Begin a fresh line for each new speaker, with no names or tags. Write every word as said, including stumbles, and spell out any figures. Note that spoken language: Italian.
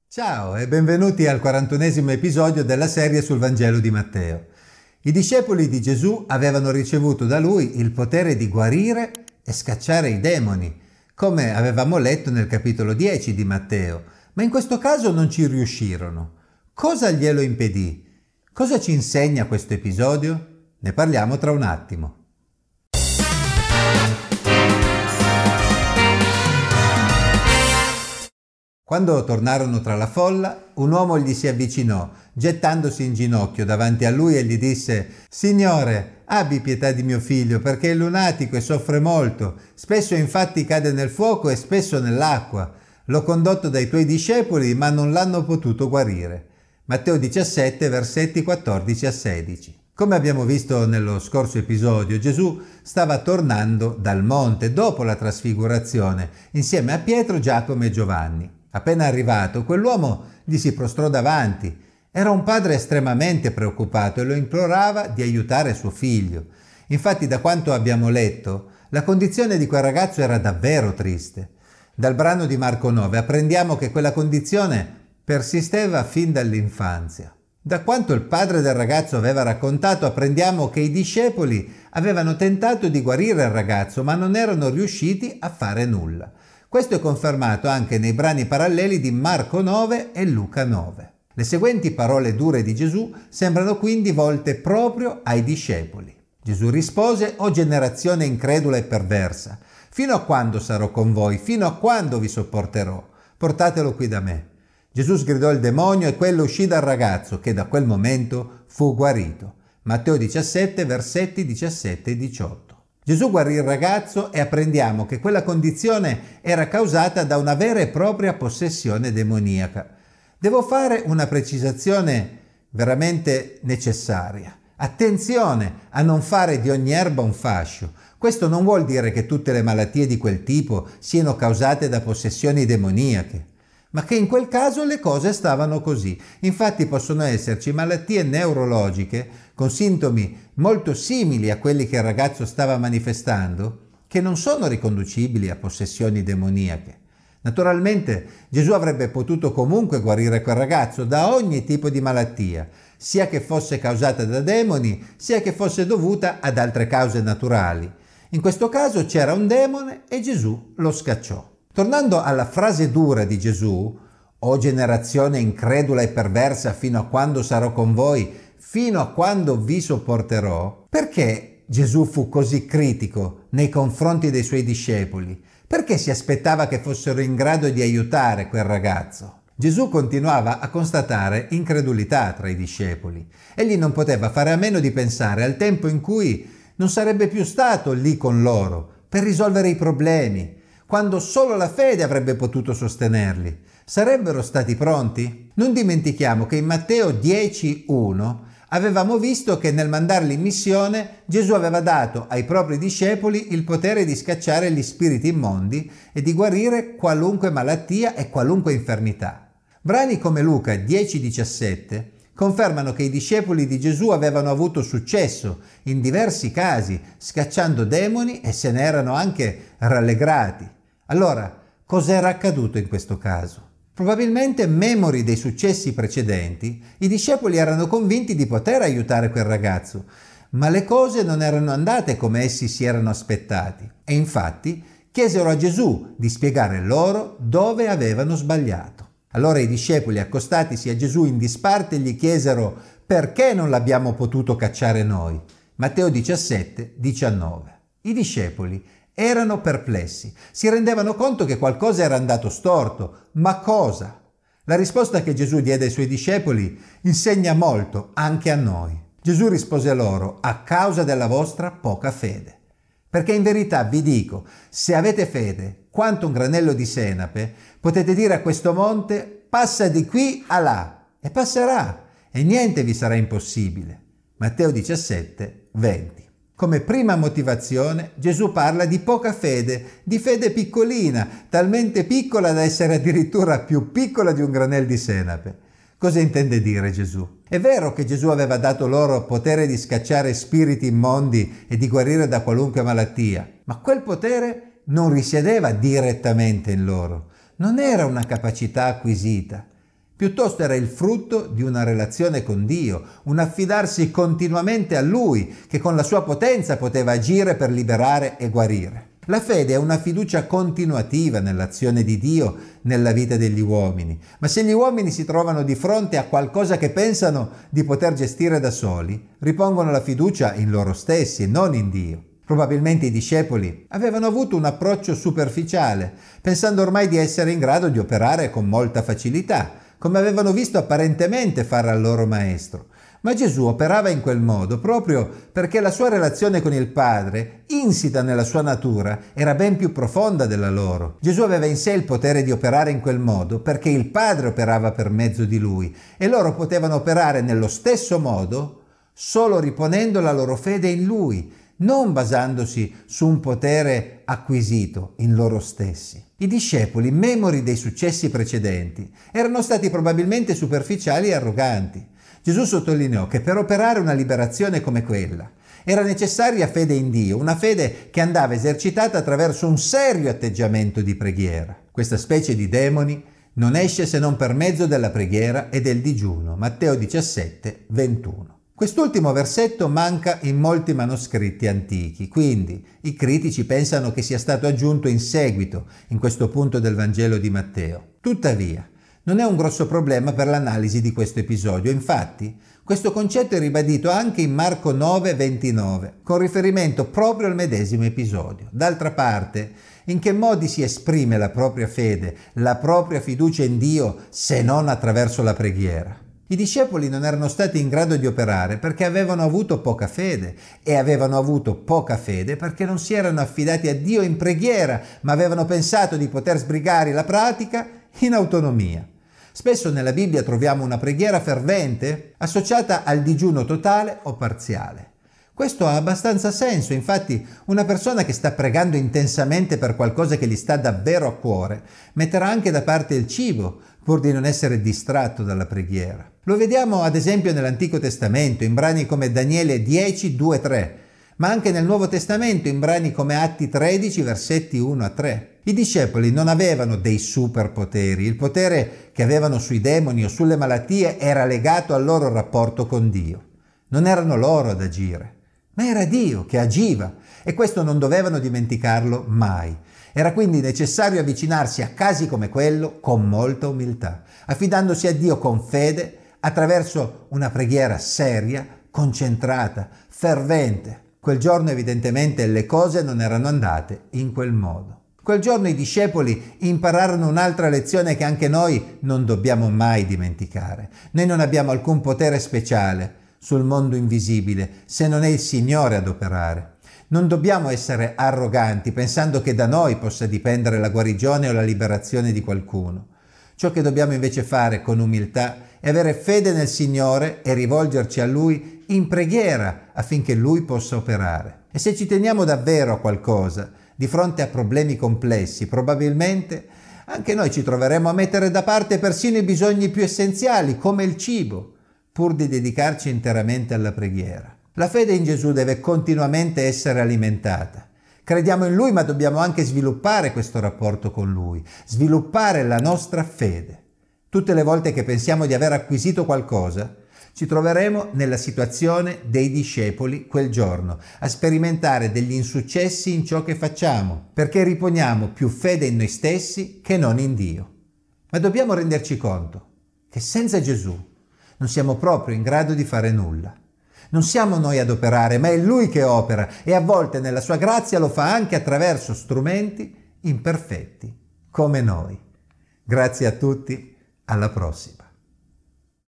Ciao e benvenuti al quarantunesimo episodio della serie sul Vangelo di Matteo. I discepoli di Gesù avevano ricevuto da lui il potere di guarire e scacciare i demoni, come avevamo letto nel capitolo dieci di Matteo, ma in questo caso non ci riuscirono. Cosa glielo impedì? Cosa ci insegna questo episodio? Ne parliamo tra un attimo. Quando tornarono tra la folla, un uomo gli si avvicinò, gettandosi in ginocchio davanti a lui e gli disse: «Signore, abbi pietà di mio figlio, perché è lunatico e soffre molto. Spesso infatti cade nel fuoco e spesso nell'acqua. L'ho condotto dai tuoi discepoli, ma non l'hanno potuto guarire». Matteo diciassette, versetti quattordici a sedici. Come abbiamo visto nello scorso episodio, Gesù stava tornando dal monte dopo la trasfigurazione, insieme a Pietro, Giacomo e Giovanni. Appena arrivato, quell'uomo gli si prostrò davanti. Era un padre estremamente preoccupato e lo implorava di aiutare suo figlio. Infatti, da quanto abbiamo letto, la condizione di quel ragazzo era davvero triste. Dal brano di Marco nove apprendiamo che quella condizione persisteva fin dall'infanzia. Da quanto il padre del ragazzo aveva raccontato, apprendiamo che i discepoli avevano tentato di guarire il ragazzo, ma non erano riusciti a fare nulla. Questo è confermato anche nei brani paralleli di Marco nove e Luca nove. Le seguenti parole dure di Gesù sembrano quindi volte proprio ai discepoli. Gesù rispose: «O generazione incredula e perversa, fino a quando sarò con voi? Fino a quando vi sopporterò? Portatelo qui da me». Gesù sgridò il demonio e quello uscì dal ragazzo, che da quel momento fu guarito. Matteo diciassette, versetti diciassette e diciotto. Gesù guarì il ragazzo e apprendiamo che quella condizione era causata da una vera e propria possessione demoniaca. Devo fare una precisazione veramente necessaria. Attenzione a non fare di ogni erba un fascio. Questo non vuol dire che tutte le malattie di quel tipo siano causate da possessioni demoniache, ma che in quel caso le cose stavano così. Infatti possono esserci malattie neurologiche con sintomi molto simili a quelli che il ragazzo stava manifestando, che non sono riconducibili a possessioni demoniache. Naturalmente Gesù avrebbe potuto comunque guarire quel ragazzo da ogni tipo di malattia, sia che fosse causata da demoni, sia che fosse dovuta ad altre cause naturali. In questo caso c'era un demone e Gesù lo scacciò. Tornando alla frase dura di Gesù: «O generazione incredula e perversa, fino a quando sarò con voi? Fino a quando vi sopporterò», perché Gesù fu così critico nei confronti dei suoi discepoli? Perché si aspettava che fossero in grado di aiutare quel ragazzo? Gesù continuava a constatare incredulità tra i discepoli. Egli non poteva fare a meno di pensare al tempo in cui non sarebbe più stato lì con loro per risolvere i problemi, quando solo la fede avrebbe potuto sostenerli. Sarebbero stati pronti? Non dimentichiamo che in Matteo dieci uno avevamo visto che nel mandarli in missione Gesù aveva dato ai propri discepoli il potere di scacciare gli spiriti immondi e di guarire qualunque malattia e qualunque infermità. Brani come Luca dieci diciassette confermano che i discepoli di Gesù avevano avuto successo in diversi casi, scacciando demoni, e se ne erano anche rallegrati. Allora, cos'era accaduto in questo caso? Probabilmente, memori dei successi precedenti, i discepoli erano convinti di poter aiutare quel ragazzo, ma le cose non erano andate come essi si erano aspettati e infatti chiesero a Gesù di spiegare loro dove avevano sbagliato. Allora i discepoli, accostatisi a Gesù in disparte, gli chiesero: «Perché non l'abbiamo potuto cacciare noi?» Matteo diciassette diciannove. I discepoli erano perplessi, si rendevano conto che qualcosa era andato storto, ma cosa? La risposta che Gesù diede ai suoi discepoli insegna molto anche a noi. Gesù rispose loro: «A causa della vostra poca fede. Perché in verità vi dico, se avete fede quanto un granello di senape, potete dire a questo monte: passa di qui a là, e passerà, e niente vi sarà impossibile». Matteo diciassette venti. Come prima motivazione, Gesù parla di poca fede, di fede piccolina, talmente piccola da essere addirittura più piccola di un granello di senape. Cosa intende dire Gesù? È vero che Gesù aveva dato loro potere di scacciare spiriti immondi e di guarire da qualunque malattia, ma quel potere non risiedeva direttamente in loro, non era una capacità acquisita, Piuttosto era il frutto di una relazione con Dio, un affidarsi continuamente a Lui, che con la sua potenza poteva agire per liberare e guarire. La fede è una fiducia continuativa nell'azione di Dio nella vita degli uomini, ma se gli uomini si trovano di fronte a qualcosa che pensano di poter gestire da soli, ripongono la fiducia in loro stessi e non in Dio. Probabilmente i discepoli avevano avuto un approccio superficiale, pensando ormai di essere in grado di operare con molta facilità, come avevano visto apparentemente fare al loro maestro. Ma Gesù operava in quel modo proprio perché la sua relazione con il Padre, insita nella sua natura, era ben più profonda della loro. Gesù aveva in sé il potere di operare in quel modo perché il Padre operava per mezzo di lui e loro potevano operare nello stesso modo solo riponendo la loro fede in lui, non basandosi su un potere acquisito in loro stessi. I discepoli, memori dei successi precedenti, erano stati probabilmente superficiali e arroganti. Gesù sottolineò che per operare una liberazione come quella era necessaria fede in Dio, una fede che andava esercitata attraverso un serio atteggiamento di preghiera. Questa specie di demoni non esce se non per mezzo della preghiera e del digiuno. Matteo diciassette, ventuno. Quest'ultimo versetto manca in molti manoscritti antichi, quindi i critici pensano che sia stato aggiunto in seguito, in questo punto del Vangelo di Matteo. Tuttavia, non è un grosso problema per l'analisi di questo episodio. Infatti, questo concetto è ribadito anche in Marco nove, ventinove, con riferimento proprio al medesimo episodio. D'altra parte, in che modi si esprime la propria fede, la propria fiducia in Dio, se non attraverso la preghiera? I discepoli non erano stati in grado di operare perché avevano avuto poca fede e avevano avuto poca fede perché non si erano affidati a Dio in preghiera, ma avevano pensato di poter sbrigare la pratica in autonomia. Spesso nella Bibbia troviamo una preghiera fervente associata al digiuno totale o parziale. Questo ha abbastanza senso, infatti una persona che sta pregando intensamente per qualcosa che gli sta davvero a cuore metterà anche da parte il cibo pur di non essere distratto dalla preghiera. Lo vediamo ad esempio nell'Antico Testamento in brani come Daniele dieci, due, tre, ma anche nel Nuovo Testamento in brani come Atti tredici, versetti uno a tre. I discepoli non avevano dei superpoteri, il potere che avevano sui demoni o sulle malattie era legato al loro rapporto con Dio. Non erano loro ad agire, ma era Dio che agiva e questo non dovevano dimenticarlo mai. Era quindi necessario avvicinarsi a casi come quello con molta umiltà, affidandosi a Dio con fede attraverso una preghiera seria, concentrata, fervente. Quel giorno evidentemente le cose non erano andate in quel modo. Quel giorno i discepoli impararono un'altra lezione che anche noi non dobbiamo mai dimenticare. Noi non abbiamo alcun potere speciale sul mondo invisibile se non è il Signore ad operare. Non dobbiamo essere arroganti pensando che da noi possa dipendere la guarigione o la liberazione di qualcuno. Ciò che dobbiamo invece fare con umiltà è avere fede nel Signore e rivolgerci a Lui in preghiera affinché Lui possa operare. E se ci teniamo davvero a qualcosa, di fronte a problemi complessi, probabilmente anche noi ci troveremo a mettere da parte persino i bisogni più essenziali, come il cibo, pur di dedicarci interamente alla preghiera. La fede in Gesù deve continuamente essere alimentata. Crediamo in Lui, ma dobbiamo anche sviluppare questo rapporto con Lui, sviluppare la nostra fede. Tutte le volte che pensiamo di aver acquisito qualcosa, ci troveremo nella situazione dei discepoli quel giorno, a sperimentare degli insuccessi in ciò che facciamo, perché riponiamo più fede in noi stessi che non in Dio. Ma dobbiamo renderci conto che senza Gesù non siamo proprio in grado di fare nulla. Non siamo noi ad operare, ma è Lui che opera e a volte nella sua grazia lo fa anche attraverso strumenti imperfetti, come noi. Grazie a tutti, alla prossima.